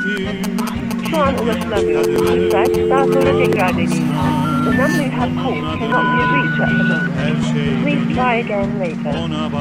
Şu an ulaşılamıyor. Lütfen daha sonra tekrar deneyin. The number you have called cannot be reached at the moment. Please try again later.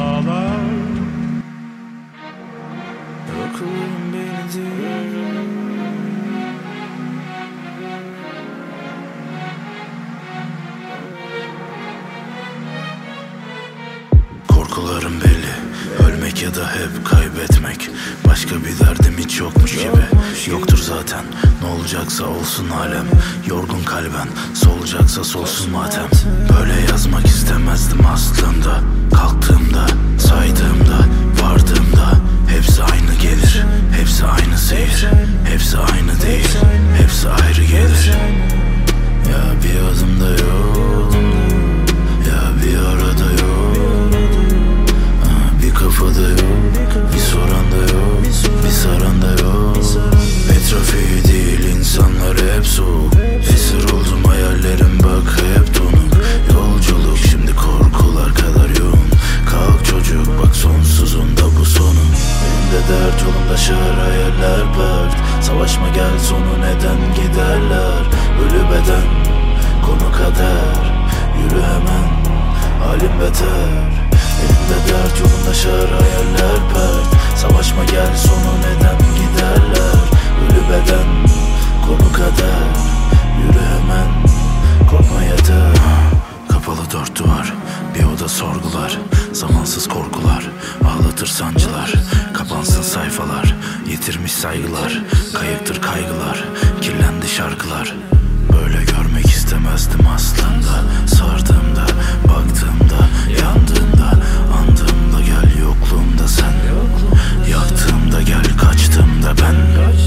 Korkularım belli, ölmek ya da hep kaybetmek. Başka bir derdim hiç yokmuş gibi. Yoktur zaten, ne olacaksa olsun alem. Yorgun kalben, solacaksa solsun matem. Böyle yazmak istemezdim aslında. Kalktığımda, saydığımda, vardığımda hepsi aynı gelir, hepsi aynı seyir. Hepsi aynı değil, hepsi ayrı gelir. Ya bir adımda yok, ya bir arada yok, bir kafada yok, bir soranda yok, bir saranda yok. Trafiği değil, insanlar hep soğuk. Esir oldum hayallerim, bak hep donuk. Yolculuk şimdi korkular kadar yoğun. Kalk çocuk, bak sonsuzun da bu sonu. Elimde dert, yolumda şehir, hayaller pert. Savaşma gel, sonu neden giderler. Ölü beden, konu kader. Yürü hemen, halim beter. Elimde dert, yolumda şehir, hayaller pert. Savaşma gel, sonu neden giderler. Ölü beden, konu kader. Yürü hemen, korkma yeter. Kapalı dört duvar, bir oda sorgular. Zamansız korkular, ağlatır sancılar. Kapansın sayfalar, yitirmiş saygılar. Kayıptır kaygılar, kirlendi şarkılar. Böyle görmek istemezdim aslında. Sardığımda, baktığımda, yandığımda, andığımda gel, yokluğumda sen. Yaktığımda gel, kaçtığımda ben.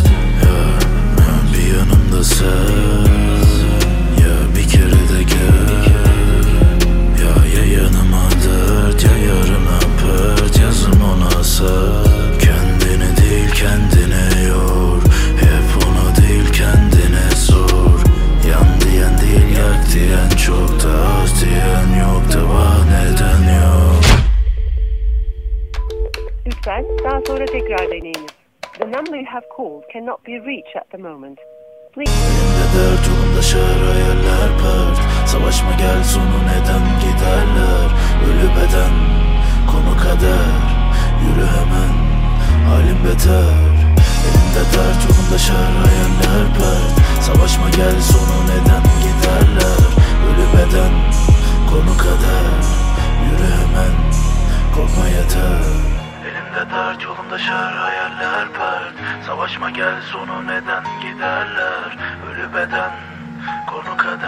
Bir yanımda sen, ya bir kere de gel. Ya yanıma dert, ya yarına pert. Yazım ona sar. Kendini değil kendine yor. Hep ona değil kendine sor. Yan diyen değil yak diyen çok da az diyen yok da neden yok. Lütfen daha sonra tekrar deneyiniz. The number you have called cannot be reached at the moment. Elimde dert, yolumda şehir, hayaller pert. Savaşma gel, sonu neden giderler. Ölü beden, konu kader. Yürü hemen, halim beter. Elimde dert, yolumda şehir, hayaller pert. Savaşma gel, sonu neden giderler. Ölü beden, konu kader. Yürü hemen, korkma yeter. Elimde dert, yolumda şehir, hayaller pert. Savaşma gel, sonu neden giderler. Ölü beden, konu kader.